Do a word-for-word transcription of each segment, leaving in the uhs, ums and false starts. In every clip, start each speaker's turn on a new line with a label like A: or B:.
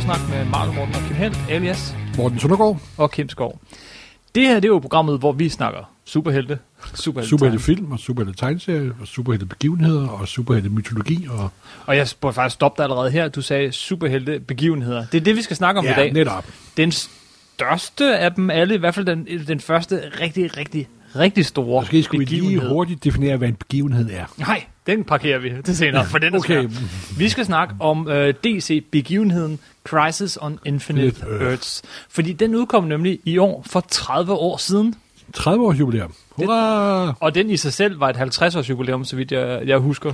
A: Supersnak med Martin, Morten og Kim Helt, alias
B: Morten Søndergaard
A: og Kim Skov. Det her, det er jo programmet, hvor vi snakker superhelte, superhelte,
B: superhelte film og superhelte tegneserier og superhelte begivenheder og superhelte mytologi. Og,
A: og jeg burde faktisk stoppe dig allerede her. Du sagde superhelte begivenheder. Det er det, vi skal snakke om
B: ja,
A: i dag.
B: Netop.
A: Den største af dem alle, i hvert fald den, den første rigtig, rigtig, rigtig store
B: Måske skulle vi
A: begivenhed.
B: lige hurtigt definere, hvad en begivenhed er.
A: Nej, den parkerer vi til senere, for den er
B: okay.
A: svær. Vi skal snakke om øh, D C-begivenheden Crisis on Infinite Earths. Fordi den udkom nemlig i år for tredive år siden.
B: tredive års jubilæum. Hurra!
A: Og den i sig selv var et halvtreds års jubilæum, så vidt jeg, jeg husker.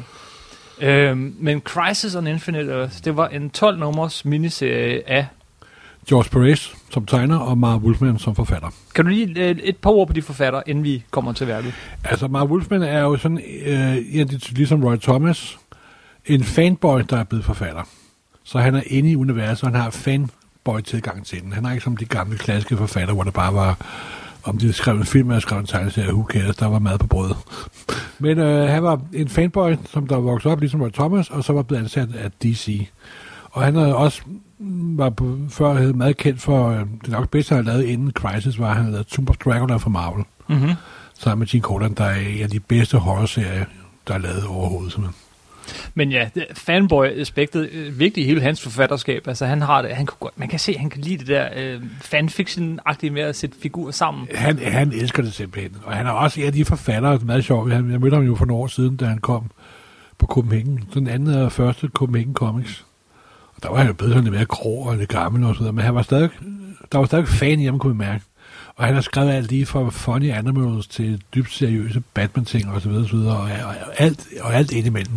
A: Øhm, men Crisis on Infinite Earths, det var en tolv nummers miniserie af
B: George Perez som tegner og Marv Wolfman som forfatter.
A: Kan du lige et, et par ord på de forfattere, inden vi kommer til værket?
B: Altså, Marv Wolfman er jo sådan, øh, ligesom Roy Thomas, en fanboy, der er blevet forfatter. Så han er inde i universet, og han har fanboy-tilgang til den. Han er ikke som de gamle klassiske forfatter, hvor det bare var, om de skrev en film eller skrev en tegneserie, who cares, der var mad på brødet. Men øh, han var en fanboy, som der voksede op, ligesom Roy Thomas, og så var blevet ansat af D C. Og han havde også var på, før havde meget kendt for, øh, det nok bedste, han havde lavet inden Crisis, var, at han havde lavet Tomb of Dracula for Marvel.
A: Mm-hmm. Sammen
B: med Gene Colan, der er en af de bedste horrorserier, der er lavet overhovedet, simpelthen.
A: Men ja, fanboy-aspektet øh, vigtigt i hele hans forfatterskab. Altså han har det, han kunne, man kan se, at han kan lide det der øh, fanfiction-agtige med at sætte figurer sammen.
B: Han, han elsker det simpelthen. Og han er også en af de forfattere, meget sjov. Jeg mødte ham jo for nogle år siden, da han kom på Copenhagen. Den anden og første Copenhagen Comics. Og der var han jo blevet sådan lidt mere grå og lidt gammel og så videre. Men han var stadig, der var stadig fan i ham, kunne man mærke. Og han har skrevet alt lige fra funny animals til dybt seriøse Batman-ting og så videre, og, så videre, og, og, og, alt, og alt indimellem.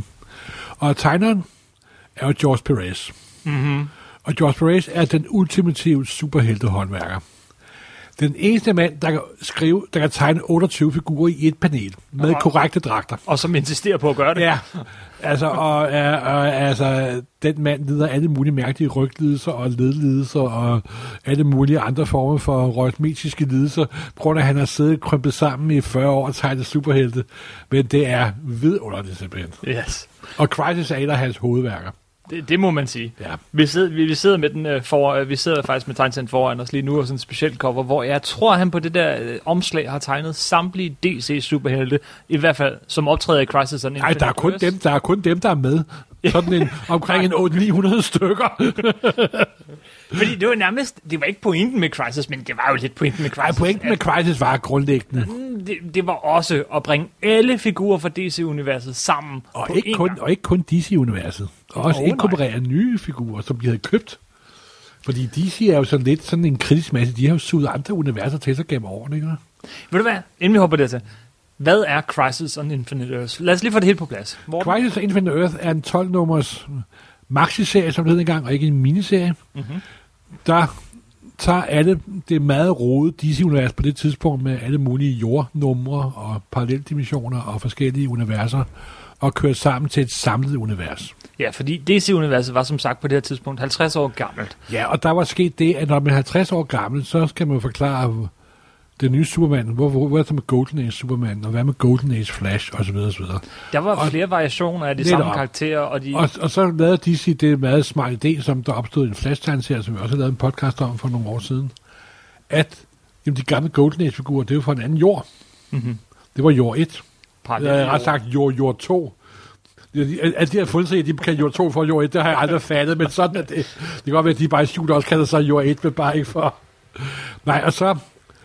B: Og tegneren er jo George Perez.
A: Mm-hmm.
B: Og George Perez er den ultimative superheltehåndværker. Den eneste mand, der kan skrive, der kan tegne otteogtyve figurer i et panel med og, korrekte dragter.
A: Og som insisterer på at gøre det.
B: Ja, altså, og, og, og altså, den mand lider alle mulige mærkelige ryglidelser og ledlidelser og alle mulige andre former for reumatiske lidelser, på grund af, at han har siddet krympet sammen i fyrre år og tegnet superhelte. Men det er vidunderligt simpelthen.
A: Yes.
B: Og Crisis er et af hans hovedværker.
A: Det, det må man sige.
B: Ja.
A: Vi, sidder, vi, vi sidder med den uh, for, uh, vi sidder faktisk med tegneserien foran os lige nu og sådan en specielt cover, hvor jeg tror han på det der uh, omslag har tegnet samtlige D C superhelte, i hvert fald som optræder i Crisis on Infinite Earths.
B: Nej, der er kun dem, der er kun dem der er med. Sådan en omkring en otte hundrede til ni hundrede stykker.
A: Fordi det var nærmest, det var ikke pointen med Crisis, men det var jo lidt pointen med Crisis.
B: Nej, pointen med Crisis var grundlæggende.
A: Det, det var også at bringe alle figurer fra D C-universet sammen
B: og
A: på
B: ikke kun,
A: gang.
B: Og ikke kun D C-universet. Og også
A: oh,
B: inkorporere nye figurer, som de havde købt. Fordi D C er jo sådan lidt sådan en kritisk masse. De har jo suget andre universer til sig gennem årene, ikke?
A: Ved du hvad? Inden vi hopper det til. Hvad er Crisis on Infinite Earths? Lad os lige få det helt på plads. Morten?
B: Crisis on Infinite Earth er en tolv nummers maxi-serie, som det hed engang, og ikke en miniserie.
A: Mm-hmm.
B: Der tager alle det meget rode D C-univers på det tidspunkt med alle mulige jordnumre og paralleldimensioner og forskellige universer og kører sammen til et samlet univers.
A: Ja, fordi D C-universet var som sagt på det her tidspunkt halvtreds år gammelt.
B: Ja, og der var sket det, at når man er halvtreds år gammel, så skal man jo forklare det nye Superman. Hvor, hvor, hvor er det med Golden Age Superman, og hvad med Golden Age Flash, osv. osv.
A: Der var
B: og
A: flere variationer af de samme op. karakterer. Og, de...
B: og, og så lavede D C det meget smart idé, som der opstod i en Flash-tegneserie, som vi også har lavet en podcast om for nogle år siden, at jamen, de gamle Golden Age-figurer, det var fra en anden jord.
A: Mm-hmm.
B: Det var jord et.
A: Parallel
B: Jeg har ret sagt jord, jord to. At de har fundet sig, at de kan jord to for jord et, det har jeg aldrig fattet, men sådan at det, det kan godt være, at de bare i skjult også kalder sig jord et, men bare ikke for... Nej, og så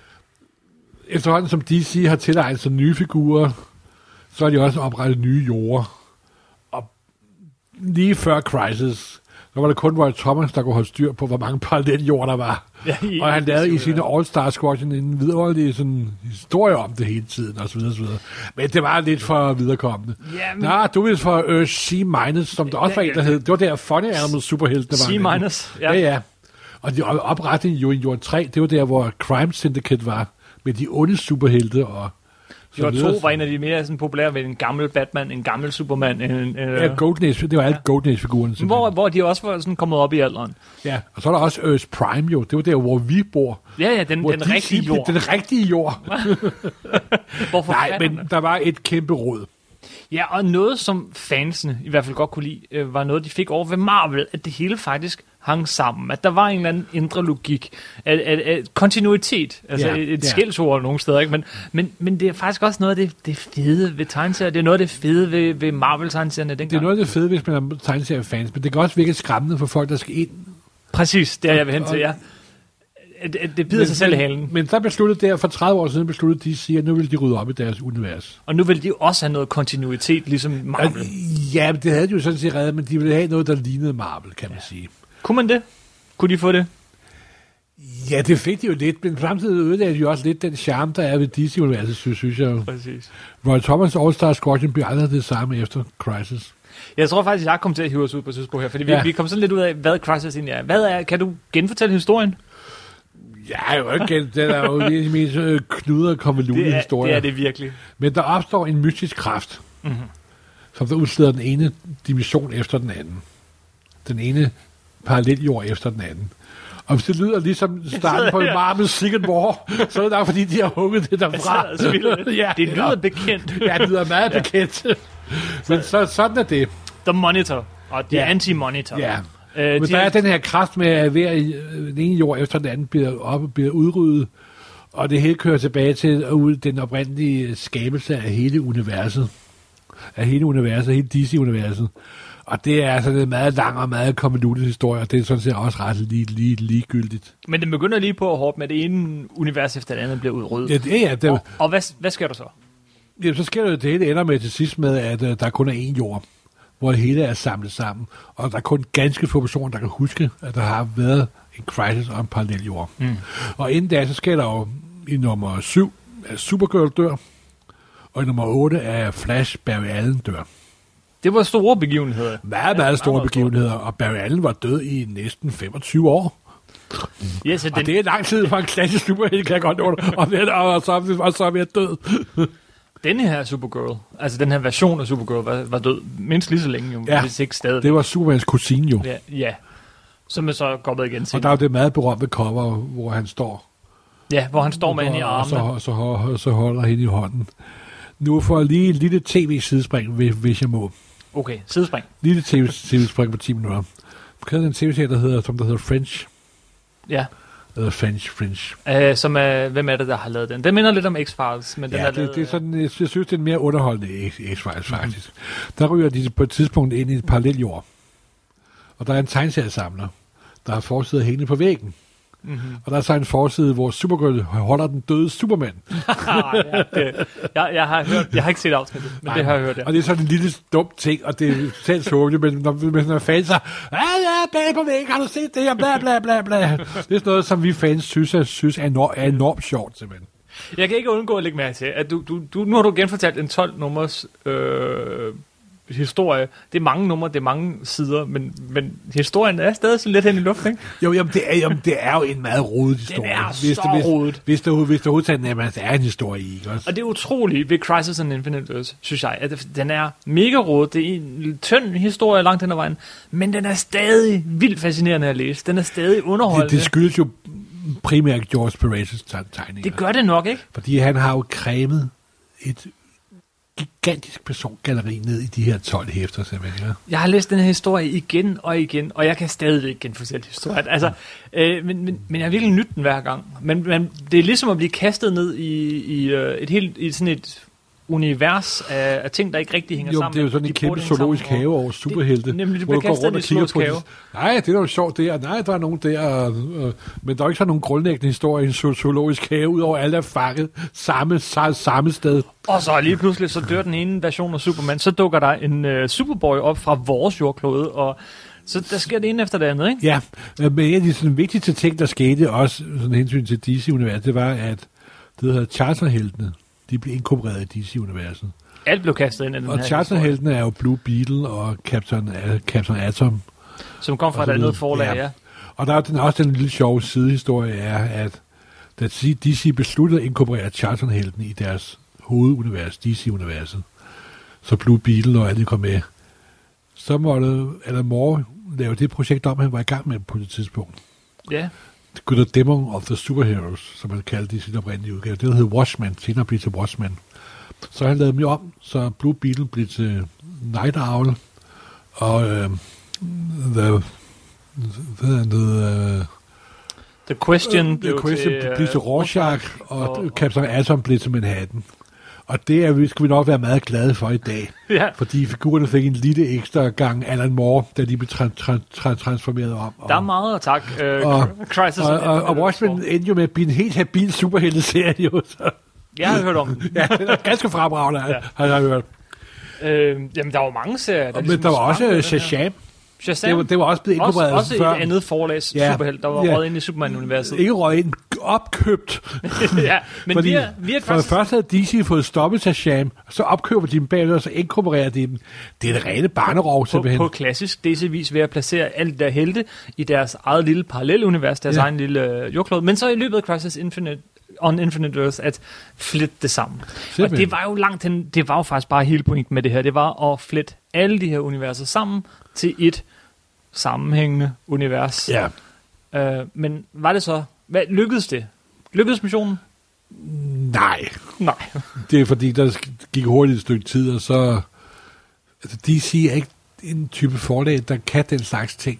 B: efterhånden som D C har tilegnet sig nye figurer, så har de også oprettet nye jorder. Og lige før Crisis, der var det kun Roy Thomas, der kunne holde styr på, hvor mange paralleljorder der var. Ja, i, og han lavede i sine All-Star Squadron en vidunderlig sådan, historie om det hele tiden, og så videre, så videre. Men det var lidt for viderekommende. Ja, men... Nå, du vil for uh, C-, som der også var en, der hed. Det var der Funny Animals superhelte, der var.
A: C-, ja.
B: Ja, ja. Og de oprettede jo i Jord tre, det var der, hvor Crime Syndicate var, med de onde superhelte og...
A: Jord to var en af de mere sådan, populære ved en gammel Batman, en gammel Superman. En, en,
B: ja, Golden Age, det var alle ja. Golden Age-figurerne.
A: Hvor, hvor de også var sådan kommet op i alderen.
B: Ja, og så er der også Earth Prime jo, det var der, hvor vi bor.
A: Ja, ja, den, den de rigtige jord.
B: Den rigtige jord. Nej, men der var et kæmpe råd.
A: Ja, og noget, som fansene i hvert fald godt kunne lide, øh, var noget, de fik over ved Marvel, at det hele faktisk hang sammen, at der var en eller anden indre logik, at, at, at kontinuitet, altså
B: Ja,
A: et, et
B: ja.
A: skældsord nogle steder, ikke? Men, men, men det er faktisk også noget af det, det fede ved tegneserier, det er noget af det fede ved, ved Marvel-tegneserierne dengang.
B: Det er noget af det fede, hvis man er tegneseriefans, men det kan også virke skræmmende for folk, der skal ind.
A: Præcis, det er jeg vil hen til, ja. Det, det bider sig selv i halen.
B: Men så besluttede der, for tredive år siden besluttede de, sige, at nu vil de rydde op i deres univers.
A: Og nu vil de også have noget kontinuitet, ligesom Marvel.
B: Og, ja, det havde de jo sådan set reddet, men de ville have noget, der lignede Marvel, kan man ja. sige.
A: Kunne man det? Kunne de få det?
B: Ja, det fik de jo lidt, men samtidig ødelagde de jo også lidt den charme, der er ved D C-universet, synes, synes jeg jo.
A: Præcis.
B: Roy Thomas All-Star Squadron bliver aldrig det samme efter Crisis.
A: Jeg tror faktisk, jeg kommer til at hive os ud på et tidspunkt her, fordi vi,
B: Ja.
A: vi kommer sådan lidt ud af, hvad Crisis egentlig er. Hvad er, kan du genfortælle historien?
B: Ja, jo ikke. Den er jo de mest øh, knuder og konvolutede
A: Det er,
B: historier.
A: det er det virkelig.
B: Men der opstår en mystisk kraft, mm-hmm. som der udsteder den ene dimension efter den anden. Den ene paralleljord efter den anden. Og hvis det lyder ligesom starten på en Marvel Secret War, så er det nok, fordi de har hugget det derfra.
A: Altså, ja, det lyder bekendt.
B: Ja, det lyder meget bekendt. Men så, sådan er det.
A: The Monitor, og det er
B: Ja.
A: Anti-Monitor.
B: Ja.
A: Øh,
B: Men
A: de
B: der er den her kraft med, at hver den ene jord efter den anden bliver op og bliver udryddet, og det hele kører tilbage til ud den oprindelige skabelse af hele universet. Af hele universet, hele D C-universet. Og det er altså en meget lang og meget konvolutet historie, og det er sådan set også ret lige, lige, ligegyldigt.
A: Men den begynder lige på at hoppe med det ene univers efter det andet bliver udryddet.
B: Ja, det, ja, det,
A: Og, og hvad, hvad sker der så?
B: ja, så sker det jo, det hele ender med til sidst med, at uh, der kun er én jord, hvor det hele er samlet sammen. Og der er kun ganske få personer, der kan huske, at der har været en crisis og en parallel jord. Mm. Og inden da, så sker der jo i nummer syv, at Supergirl dør, og i nummer otte er Flash, Barry Allen dør.
A: Det var store begivenheder.
B: Meget, meget store begivenheder, og Barry Allen var død i næsten femogtyve år.
A: Ja, så den,
B: Og det er lang tid for en klassisk superhelt, kan jeg godt nå det. Og, det er, og, så, og så er vi død.
A: denne her Supergirl, altså den her version af Supergirl, var, var død mindst lige så længe, jo,
B: Ja,
A: hvis ikke stadig.
B: det var Supermans kusine jo.
A: Ja, ja. Som er så kommet igen til.
B: Og der er jo det meget berømte cover, hvor han står.
A: Ja, hvor han står med hende i
B: og så,
A: armene.
B: så, så, så holder hende i hånden. Nu får jeg lige et lille tv-sidespring, hvis, hvis jeg må.
A: Okay, sidespring.
B: Lille tv-sidespring på ti minutter. Du kender en tv-serie, der hedder, som der hedder French.
A: Ja.
B: Eller French, French.
A: Uh, som er, hvem er det, der har lavet den? Den minder lidt om X-Files, men den
B: Ja,
A: er
B: det,
A: lavet,
B: det er sådan, jeg synes, det er en mere underholdende X-Files, faktisk. Mm. Der ryger de på et tidspunkt ind i et paralleljord. Og der er en tegneseriesamler, der har forsider hængende på væggen. Mm-hmm. Og der er så en forside, hvor Supergirl holder den døde Superman.
A: ja, det, jeg, jeg, har hørt, jeg har ikke set afsnittet, men Nej, det har jeg hørt, ja.
B: Og det er sådan en lille dum ting, og det er selv tågeligt, men når, når, når fans så, ja, ja, bag på væggen, har du set det her, bla, bla, bla, bla. Det er sådan noget, som vi fans synes er, synes er, enormt, er enormt sjovt, simpelthen.
A: Jeg kan ikke undgå at lægge mærke til, at du, du, du, nu har du genfortalt en tolv-nummers øh, historie. Det er mange numre, det er mange sider, men, men historien er stadig sådan lidt hen i luften, ikke?
B: Jo, jamen, det er, jamen, det er jo en meget rodet historie.
A: Den er
B: hvis
A: så
B: det, hvis,
A: rodet.
B: Hvis der, hvis der udtaget, at der er en historie i, ikke også?
A: Og det er utroligt ved Crisis on Infinite Earths, synes jeg, at den er mega rodet. Det er en tynd historie langt hen ad vejen, men den er stadig vildt fascinerende at læse. Den er stadig underholdende.
B: Det, det skyldes jo primært George Perez's tegninger.
A: Det gør det nok, ikke?
B: Fordi han har jo cremet et gigantisk persongalleri ned i de her tolv hæfter, simpelthen. Ja.
A: Jeg har læst den her historie igen og igen, og jeg kan stadigvæk genfortælle historien. Altså, øh, men, men, men jeg har virkelig nydt den hver gang. Men, men det er ligesom at blive kastet ned i, i, uh, et helt, i sådan et univers af, af ting, der ikke rigtig hænger
B: jo,
A: sammen.
B: Det er jo sådan en kæmpe zoologisk have over superhelte.
A: Det, nemlig, det bliver kastet i en zoologisk have.
B: Nej, det er jo sjovt der. Nej, der er nogen der. Og, og, men der er ikke sådan nogen grundlæggende historie i en zoologisk have, udover alle er fanget samme, samme sted.
A: Og så lige pludselig, så dør den ene version af Superman. Så dukker der en uh, Superboy op fra vores jordklode, og så der sker det ene efter det andet, ikke?
B: Ja, men en af de sådan, vigtigste ting, der skete, også sådan hensyn til D C-universet, det var, at det hedder charterheltene. De blev inkorporeret i D C-universet.
A: Alt blev kastet ind i den
B: og
A: her
B: charterheltene er jo Blue Beetle og Captain, uh, Captain Atom.
A: Som kom fra et andet forlag, ja. ja.
B: Og der er den, også den lille sjove sidehistorie, er, at da D C besluttede at inkorporere charterheltene i deres hovedunivers, D C-universet, så Blue Beetle og alle kom med, så måtte Alan Moore lave det projekt om, han var i gang med på det tidspunkt.
A: Ja.
B: The Demon of the Superheroes, som man kaldte det i sin oprindelige udgave. Det hed Watchmen, senere blev til Watchmen. Så han lavede dem jo om, så Blue Beetle blev til Night Owl, og øh, The hvad er noget... Uh,
A: The Question
B: uh,
A: blev
B: The Question
A: til...
B: blev til Rorschach, og, og Captain Atom blev til Manhattan. Og det er, skal vi nok være meget glade for i dag.
A: Ja.
B: Fordi figurerne fik en lille ekstra gang Alan Moore, da de blev tra- tra- tra- transformeret om.
A: Der er meget at takke uh,
B: og,
A: Crisis.
B: Og, og, og Watchmen endte jo med at blive en helt habil superhelteserie.
A: Jeg har hørt om den.
B: Ja, det er ganske fremragende, ja. Har jeg hørt.
A: Øh, jamen, der var mange serier. Der
B: Men
A: ligesom
B: der var også
A: Shazam.
B: Shazam.
A: Shazam.
B: Det var, det var også blevet inkorporeret
A: også, også
B: før.
A: et andet forlags
B: ja.
A: superhelt, der var
B: ja.
A: røget ind i Superman-universet.
B: Ikke røget ind, opkøbt.
A: ja, men
B: Fordi
A: via, via
B: for det første havde D C fået stoppet Shazam, så opkøber de dem bagved, og så inkorporerer de dem. Det er det rene barnerov, simpelthen.
A: På, på klassisk D C-vis ved at placere alle de der helte i deres eget lille parallelunivers, deres ja. egen lille uh, jordklode. Men så i løbet af Crisis Infinite on Infinite Earth at flette det sammen. Simpelthen. Og det var jo langt hen, det var jo faktisk bare hele pointen med det her. Det var at flette alle de her universer sammen til et sammenhængende univers.
B: Ja.
A: Uh, men var det så... Hvad, lykkedes det? Lykkedes missionen?
B: Nej.
A: Nej.
B: Det er fordi, der gik hurtigt et stykke tid, og så... Altså, D C er ikke en type forlag, der kan den slags ting.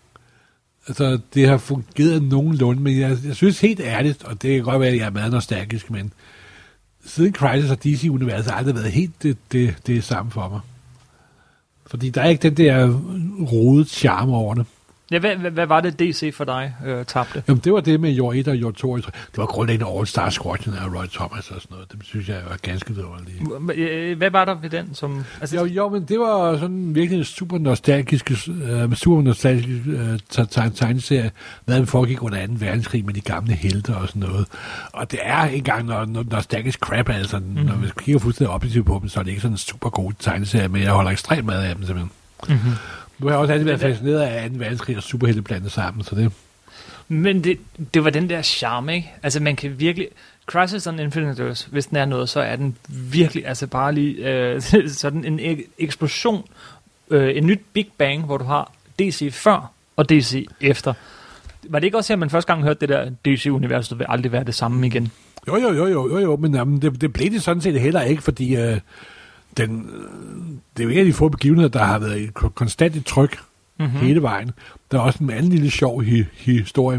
B: Altså, det har fungeret nogenlunde, men jeg, jeg synes helt ærligt, og det kan godt være, at jeg er meget nostalgisk, men siden Crisis og D C-universet har aldrig været helt det, det, det samme for mig. Fordi der er ikke den der rodet charme over det.
A: Ja, hvad, hvad, hvad var det D C for dig øh, tabte?
B: Jamen, det var det med Jord et og Jord to. Det var grundlæggende All-Star Squadron af Roy Thomas og sådan noget. Det synes jeg var ganske dårligt.
A: Hvad var der ved den? Som, altså...
B: jo, jo, men det var sådan virkelig en super nostalgisk, uh, super nostalgisk uh, tegneserie, hvad den foregik under anden verdenskrig med de gamle helte og sådan noget. Og det er engang noget nostalgisk crap, altså. Mm-hmm. Når vi kigger fuldstændig objektivt på dem, så er det ikke sådan en super god tegneserie, men jeg holder ekstremt meget af dem, simpelthen. Mm-hmm. Nu har jeg også altid været fascineret af anden verdenskrig og superhelte blandet sammen, så det...
A: Men det, det var den der charme, ikke? Altså, man kan virkelig... Crisis on Infinite Earth, hvis den er noget, så er den virkelig, altså bare lige øh, sådan en ek- eksplosion, øh, en nyt Big Bang, hvor du har D C før og D C efter. Var det ikke også her, man første gang hørte det der D C-universet vil aldrig være det samme igen?
B: Jo, jo, jo, jo, jo, jo men jamen, det, det blev det sådan set heller ikke, fordi... Øh, Den, det er jo en af de få begivenheder, der har været et konstant et tryk mm-hmm. hele vejen. Der er også en anden lille sjov hi- historie.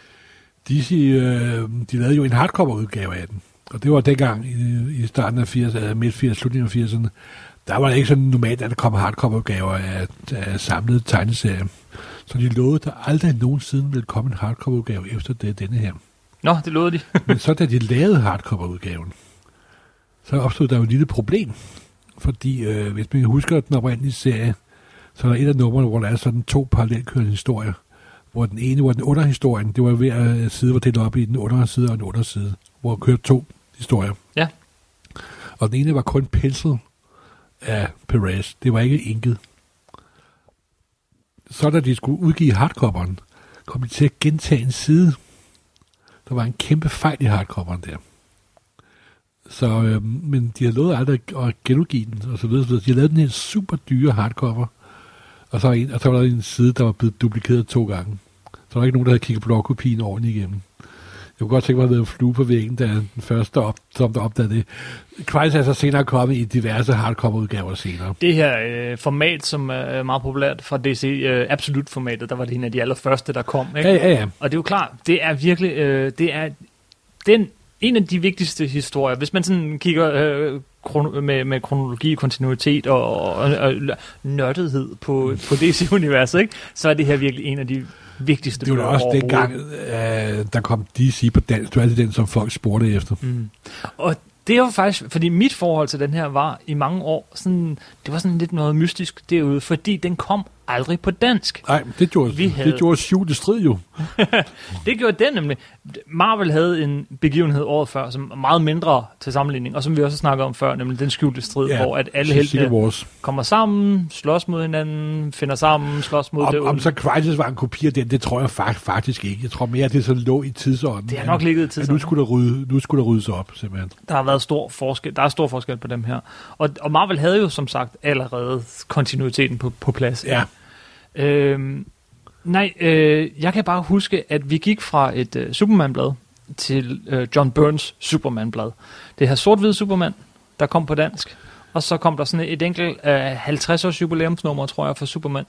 B: D C, øh, de lavede jo en hardcover-udgave af den. Og det var dengang i, i starten af firserne, midt firserne, slutningen af firserne. Der var det ikke sådan normalt, at der kom hardcover-udgaver af, af samlede tegneserier. Så de lovede, at der aldrig nogensinde ville komme en hardcover-udgave efter det, denne her.
A: Nå, det lovede de.
B: Men så da de lavede hardcover-udgaven, så opstod der jo et lille problem. Fordi, øh, hvis man husker den oprindelige serie, så er der et af numrene, hvor der er sådan to parallelkørende historier. Hvor den ene var den underhistorien, det var ved at side var delt op i den underside og den underside, hvor kørte to historier.
A: Ja.
B: Og den ene var kun pensel af Perez, det var ikke inket. Så da de skulle udgive hardcoveren, kom de til at gentage en side. Der var en kæmpe fejl i hardcoveren der. Så, øh, men de har lovet aldrig at genudgive den, og så videre, så videre. De har lavet den her super dyre hardcover, og så, var en, og så var der en side, der var blevet duplikeret to gange. Så var der ikke nogen, der havde kigget blåkopien ordentligt igennem. Jeg kunne godt tænke mig at være en flue på væggen, da den første, op, som der opdagede det. Crisis er så senere kommet i diverse hardcover-udgaver senere.
A: Det her øh, format, som er meget populært fra D C, øh, Absolut-formatet, der var det en af de allerførste, der kom. Ikke?
B: Ja, ja, ja.
A: Og det er jo klart, det er virkelig, øh, det er den en af de vigtigste historier, hvis man sådan kigger øh, kron- med, med kronologi, kontinuitet og, og, og, og nørdethed på, på D C-universet, ikke? Så er det her virkelig en af de vigtigste.
B: Det var også dengang, øh, der kom D C på dansk. Det var altid den, som folk spurgte efter.
A: Mm. Og det er jo faktisk, fordi mit forhold til den her var i mange år, sådan, det var sådan lidt noget mystisk derude, fordi den kom aldrig på dansk.
B: Nej, det gjorde, det havde... gjorde skjulte strid jo.
A: Det gjorde den nemlig. Marvel havde en begivenhed året før, som er meget mindre til sammenligning, og som vi også snakkede om før, nemlig den skjulte strid, ja, hvor at alle helte kommer sammen, slås mod hinanden, finder sammen, slås mod
B: om,
A: det.
B: Om så Crisis var en kopi af den, det tror jeg faktisk ikke. Jeg tror mere, at det så lå i tidsånden.
A: Det har nok ligget i tidsånden.
B: Nu skulle der rydde, nu skulle der ryddes op, simpelthen.
A: Der har været stor forskel, der er stor forskel på dem her. Og, og Marvel havde jo som sagt allerede kontinuiteten på, på plads.
B: Ja.
A: Øhm, nej, øh, jeg kan bare huske, at vi gik fra et øh, Superman-blad til øh, John Burns Superman-blad. Det her sort-hvide Superman, der kom på dansk. Og så kom der sådan et enkelt øh, halvtreds års jubilæumsnummer, tror jeg, for Superman.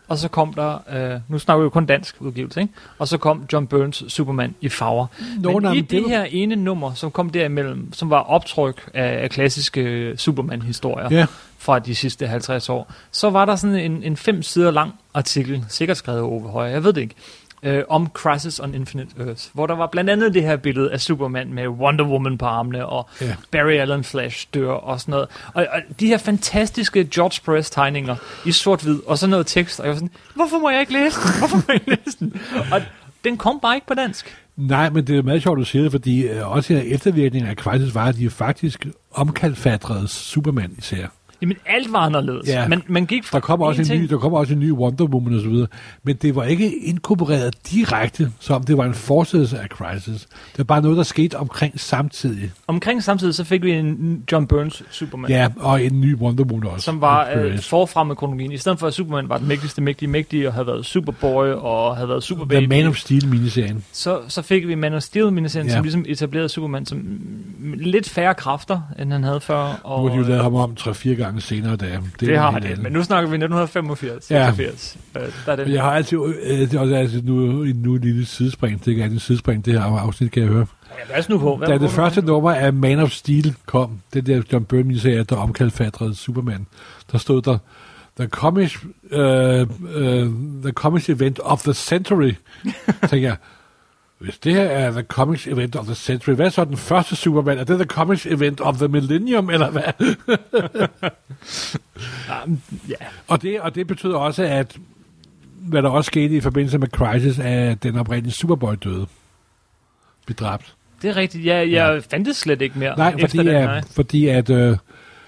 A: og så kom der, øh, nu snakker vi jo kun dansk udgivelse, ikke? Og så kom John Byrnes Superman i farver. Nå, men nej, i men det, det her ene nummer, som kom derimellem, som var optryk af, af klassiske Superman-historier ja. fra de sidste halvtreds år, så var der sådan en, en fem sider lang artikel, sikkert skrevet over højre, jeg ved det ikke, øh, om Crisis on Infinite Earth, hvor der var blandt andet det her billede af Superman med Wonder Woman på armene, og ja. Barry Allen Flash dør og sådan noget. Og, og de her fantastiske George Perez tegninger i sort-hvid, og så noget tekst, og jeg var sådan, hvorfor må jeg ikke læse den? Hvorfor må jeg ikke læse den? Og den kom bare ikke på dansk.
B: Nej, men det er meget sjovt, du siger det, fordi øh, også her eftervirkningen af Crisis var, at de faktisk omkalfatrede Superman især.
A: Jamen, alt var anderledes. Ja. Man, man gik fra
B: der kom også en ny, der kom også en ny Wonder Woman og så videre, men det var ikke inkorporeret direkte, som det var en fortsættelse af Crisis. Det var bare noget, der skete omkring samtidig.
A: Omkring samtidig, så fik vi en John Byrnes Superman.
B: Ja, og en ny Wonder Woman også.
A: Som var øh, forfra med kronologien. I stedet for, at Superman var den mægtigste, mægtige, mægtige, og havde været Superboy, og havde været Superbaby.
B: The Man of Steel-miniserien.
A: Så, så fik vi Man of Steel-miniserien, ja. som ligesom etablerede Superman som lidt færre kræfter, end han havde før. Og,
B: nu har de jo lavet ham om tre-fire gange senere, da. Det,
A: det har det, men nu snakker vi nitten femogfirs.
B: Ja.
A: seksogfirs. Øh, der er det.
B: Jeg har altid, øh, det er altså nu, nu et lille sidespring, det er ikke en sidespring, det her afsnit kan jeg høre.
A: Ja, hvad er nu på? Hvad
B: da det første nu? nummer af Man of Steel kom, det der John Byrne serie, der omkalfatrede Superman, der stod der, The comics, uh, uh, the comics event of the century. Tænker jeg, hvis det her er the comics event of the century, hvad er så den første Superman? Er det the comics event of the millennium, eller hvad?
A: um, yeah.
B: og, det, og det betyder også, at hvad der også skete i forbindelse med Crisis, at den oprindelige Superboy døde. Blev dræbt.
A: Det er rigtigt. Jeg, jeg ja. fandt det slet ikke mere.
B: Nej,
A: efter
B: fordi,
A: den,
B: nej. fordi at uh,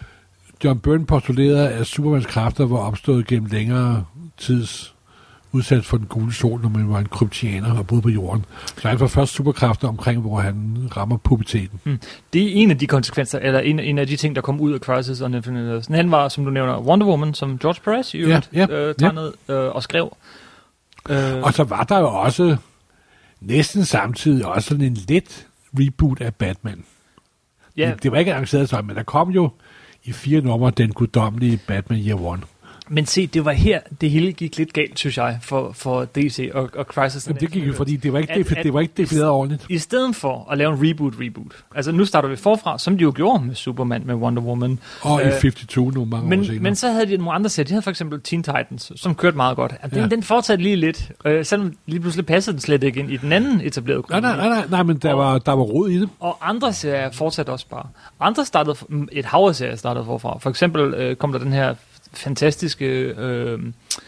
B: John Byrne postulerede, at Supermans kræfter var opstået gennem længere tids udsat for den gule sol, når man var en kryptianer og boede på jorden. Så han får først superkræfter omkring, hvor han rammer puberteten.
A: Mm. Det er en af de konsekvenser, eller en, en af de ting, der kom ud af Crisis on Infinite Earths. Han var, som du nævner, Wonder Woman, som George Perez i øvrigt
B: ja, ja,
A: øh, tegnede ja. øh, og skrev.
B: Øh. Og så var der jo også næsten samtidig også sådan en let reboot af Batman. Ja. Det, det var ikke arrangeret sådan, men der kom jo i fire numre den guddommelige Batman Year One.
A: Men se, det var her, det hele gik lidt galt, synes jeg, for, for D C og, og Crisis.
B: Jamen, det gik jo, fordi det var ikke, at, defi- det var ikke defineret ordentligt.
A: I stedet for at lave en reboot-reboot. Altså, nu starter vi forfra, som de jo gjorde med Superman, med Wonder Woman.
B: Og øh, i femoghalvtreds nogle mange
A: men,
B: år senere.
A: Men så havde de nogle andre serier. De havde for eksempel Teen Titans, som kørte meget godt. Den, ja. den fortsatte lige lidt. Øh, selvom lige pludselig passede den slet ikke ind i den anden etablerede
B: nej, nej, nej, nej, nej, men der, og, var, der var rod i det.
A: Og andre serier fortsatte også bare. Andre startede, et hav af serier startede forfra. For eksempel øh, kom der den her fantastiske øh,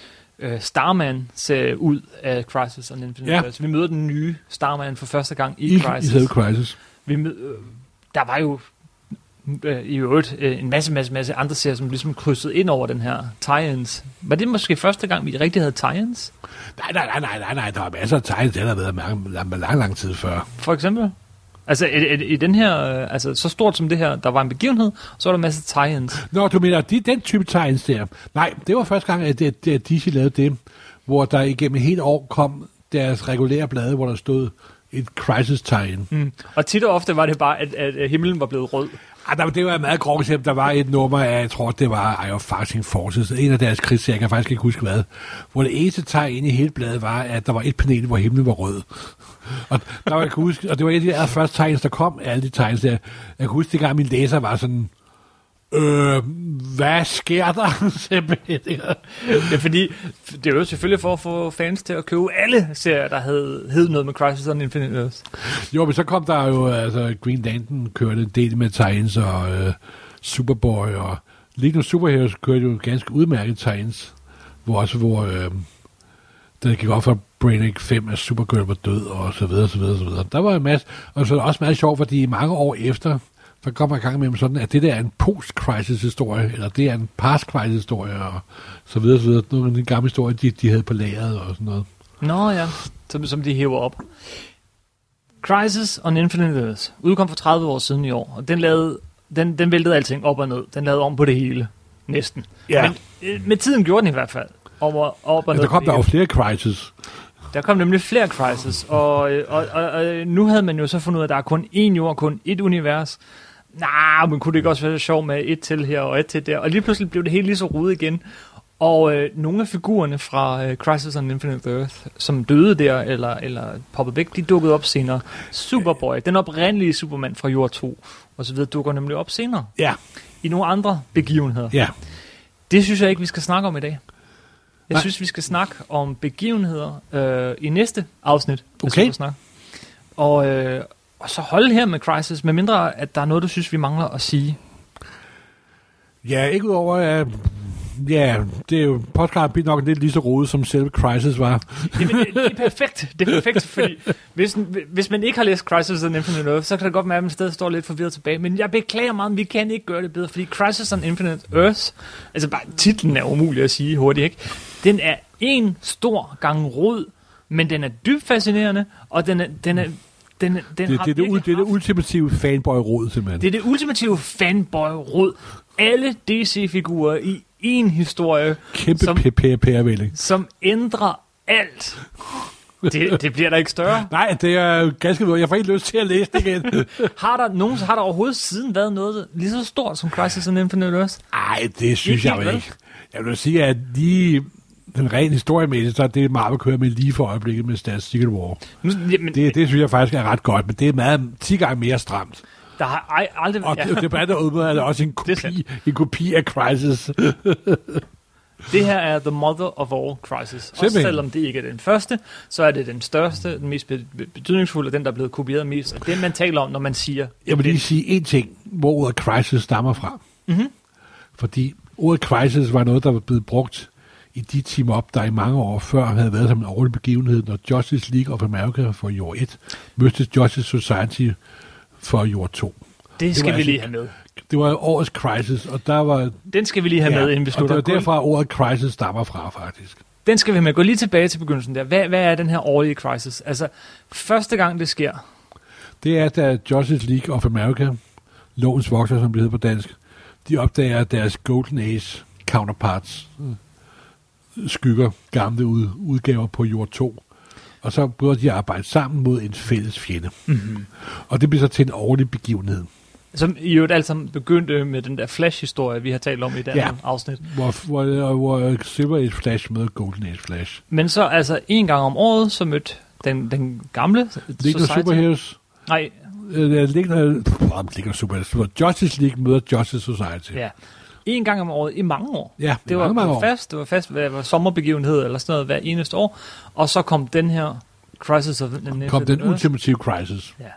A: øh, Starman-serie ud af Crisis on Infinite Earths. Ja. Vi møder den nye Starman for første gang i, I Crisis.
B: I Crisis.
A: Vi mød, øh, der var jo øh, i øvrigt øh, en masse, masse, masse andre serier, som ligesom krydsede ind over den her tie-ins. Var det måske første gang, vi rigtig havde tie-ins?
B: Nej, nej, nej, nej, nej, nej. Der var masser af tie-ins, der har været lang, lang, lang, lang tid før.
A: For eksempel? Altså, i, i, i den her, altså, så stort som det her, der var en begivenhed, så var der en masse tie-ins.
B: Nå, du mener, de, den type tie-ins der. Nej, det var første gang, at, at, at D C lavede det, hvor der igennem et helt år kom deres regulære blade, hvor der stod et Crisis tie-in.
A: Mm. Og tit og ofte var det bare, at, at himlen var blevet rød.
B: Ah, der, det var et meget grovt eksempel. Der var et nummer af, jeg tror, det var Eye of Fighting Forces, en af deres krigsserier, jeg kan faktisk ikke huske hvad, hvor det eneste tegn i hele bladet var, at der var et panel, hvor himlen var rød. Og, der var, jeg kan huske, og det var et af de første tegn, der kom, alle de tegn der. Jeg kan huske, det gang min læser var sådan, øh, hvad sker der?
A: Det er fordi, det er jo selvfølgelig for at få fans til at købe alle serier, der hed, hed noget med Crisis on Infinite Earths.
B: Jo, men så kom der jo, altså Green Lantern kørte en del med tegns, og øh, Superboy, og League of Superheroes kørte jo ganske udmærket tegns, hvor også, hvor øh, der gik op for Brainiac fem, at Supergirl var død, og så videre, så videre, så videre. Der var en masse, og så også meget sjovt, fordi mange år efter, så kommer jeg i gang med sådan, at det der er en post-crisis-historie, eller det er en past-crisis-historie, og så videre, så videre. Nogle af de gamle historier, de, de havde på lageret, og sådan noget.
A: Nå ja, som, som de hæver op. Crisis on Infinite Earths udkom for tredive år siden i år, og den, lavede, den, den væltede alting op og ned. Den lavede om på det hele, næsten.
B: Ja.
A: Men øh, med tiden gjorde den i hvert fald. Over, op og
B: ja,
A: ned.
B: Der kom der jo flere Crisis.
A: Der kom nemlig flere Crisis, og, og, og, og nu havde man jo så fundet ud af, at der er kun én jord, kun ét univers. Nej, nah, men kunne det ikke også være sjovt med et til her og et til der? Og lige pludselig blev det helt lige så rodet igen. Og øh, nogle af figurerne fra øh, Crisis on Infinite Earth, som døde der, eller, eller poppede væk, de dukkede op senere. Superboy, den oprindelige Superman fra Jord to, og så videre, dukker nemlig op senere.
B: Ja.
A: I nogle andre begivenheder.
B: Ja.
A: Det synes jeg ikke, vi skal snakke om i dag. Jeg
B: Nej.
A: synes, vi skal snakke om begivenheder øh, i næste afsnit.
B: Okay.
A: Og, øh, og så holde her med Crisis, medmindre at der er noget, du synes, vi mangler at sige.
B: Ja, ikke udover, at ja, det er jo podcast bliver nok lidt lige så rodet, som selve Crisis var.
A: Det, det, det er perfekt. Det er perfekt, fordi hvis, hvis man ikke har læst Crisis on Infinite Earth, så kan det godt være, at man stadig står lidt forvirret tilbage. Men jeg beklager meget, vi kan ikke gøre det bedre, fordi Crisis on Infinite Earth, altså bare titlen er umulig at sige hurtigt, ikke? Den er en stor gang rod, men den er dybt fascinerende, og den er, den er Den, den
B: det,
A: har
B: det, det, det, det er det ultimative fanboy-råd, simpelthen.
A: Det er det ultimative fanboy-råd. Alle D C-figurer i en historie,
B: Kæmpe
A: som,
B: pærevælling.
A: som ændrer alt. Det, det bliver der ikke større.
B: Nej, det er ganske noget. Jeg får ikke lyst til at læse det igen.
A: har, der nogen, har der overhovedet siden været noget lige så stort som Crisis on Infinite Earth?
B: Nej, det synes
A: ikke
B: jeg jo ikke. Jeg vil sige, at lige den rene historiemæssigt, så er det Marvel kører med lige for øjeblikket med Stats Secret War.
A: Nu, jamen,
B: det, det synes jeg faktisk er ret godt, men det er meget ti gange mere stramt.
A: Der har ej, aldrig
B: Og
A: ja.
B: det, det blandt andet er det også en kopi, en kopi af Crisis.
A: Det her er the mother of all Crisis. Også selvom det ikke er den første, så er det den største, den mest betydningsfulde, den der er blevet kopieret mest. Og det man taler om, når man siger...
B: Jeg vil lige sige en ting, hvor ordet Crisis stammer fra.
A: Mm-hmm.
B: Fordi ordet Crisis var noget, der var blevet brugt i de team-up, der i mange år før havde været som en årlig begivenhed, når Justice League of America for Jord et mødte Justice Society for Jord to.
A: Det skal
B: det
A: vi
B: altså,
A: lige have med.
B: Det var årets Crisis, og der var...
A: Den skal vi lige have ja, med, inden vi slutter.
B: Og det var derfra, ordet Crisis stammer fra, faktisk.
A: Den skal vi have med. Gå lige tilbage til begyndelsen der. Hvad, hvad er den her årlige Crisis? Altså, første gang det sker...
B: Det er, da Justice League of America, lovens vokser, som det hedder på dansk, de opdager deres Golden Age counterparts, skygger gamle udgaver på Jord to. Og så begynder de at arbejde sammen mod en fælles fjende.
A: Mm-hmm.
B: Og det bliver så til en årlig begivenhed.
A: Som i øvrigt alt sammen begyndte med den der Flash-historie, vi har talt om i det
B: ja,
A: afsnit.
B: Hvor, hvor, hvor Silver Age Flash møder Golden Age Flash.
A: Men så altså en gang om året, så mødte den, den gamle
B: League of Superheroes.
A: Nej.
B: League of Superheroes. Justice League møder Justice Society.
A: Ja. En gang om året i mange år.
B: Ja,
A: det var,
B: mange, mange
A: var fast, det var fast hvad var sommerbegivenhed eller sådan noget hver eneste år. Og så kom den her Crisis of the
B: Kom den ultimative Crisis.
A: Ja.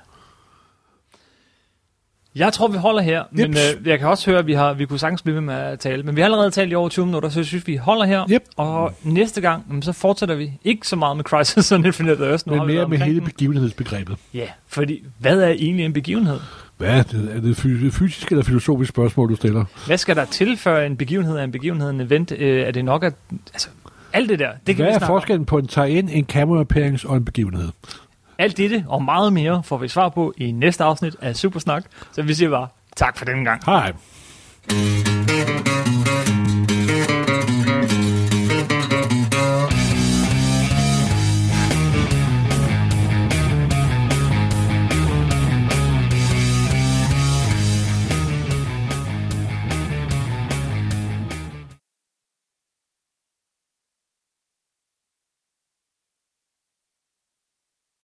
A: Jeg tror, vi holder her, yep. men øh, jeg kan også høre, at vi, har, vi kunne sagtens blive ved med at tale. Men vi har allerede talt i over tyve minutter, så jeg synes, vi holder her.
B: Yep.
A: Og næste gang, jamen, så fortsætter vi ikke så meget med Crisis on Infinite Earth.
B: Men mere med hele begivenhedsbegrebet.
A: Ja, fordi hvad er egentlig en begivenhed?
B: Hvad er det? Er det fysisk eller filosofisk spørgsmål, du stiller?
A: Hvad skal der til for en begivenhed af en begivenhed, en event? Øh, er det nok at... Altså, alt det der, det kan
B: Hvad
A: vi
B: er forskellen
A: om.
B: på en tie-in, en camera appearance og en begivenhed?
A: Alt dette og meget mere får vi svar på i næste afsnit af Supersnak. Så vi siger bare tak for denne gang.
B: Hej.